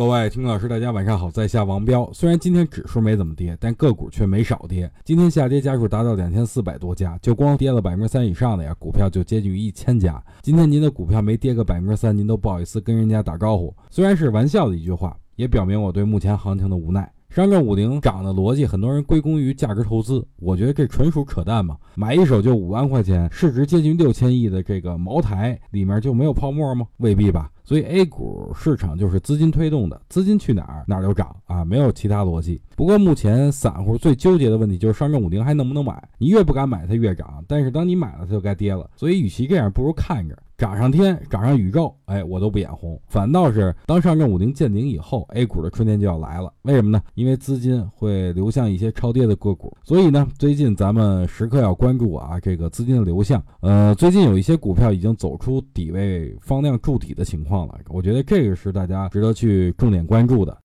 各位听众老师大家晚上好，在下王彪。虽然今天指数没怎么跌，但个股却没少跌。今天下跌家数达到2400多家，就光跌了3%以上的呀，股票就接近于1000家。今天您的股票没跌个3%，您都不好意思跟人家打招呼。虽然是玩笑的一句话，也表明我对目前行情的无奈。上证50涨的逻辑，很多人归功于价值投资，我觉得这纯属扯淡嘛。买一手就5万块钱，市值接近6000亿的这个茅台里面就没有泡沫吗？未必吧。所以 A 股市场就是资金推动的，资金去哪儿哪儿就涨啊，没有其他逻辑。不过目前散户最纠结的问题就是上证50还能不能买，你越不敢买它越涨，但是当你买了它就该跌了。所以与其这样，不如看着涨上天涨上宇宙，我都不眼红。反倒是当上证50见顶以后， A 股的春天就要来了。为什么呢？因为资金会流向一些超跌的个股，所以呢最近咱们时刻要关注这个资金的流向。最近有一些股票已经走出底位放量筑底的情况了，我觉得这个是大家值得去重点关注的。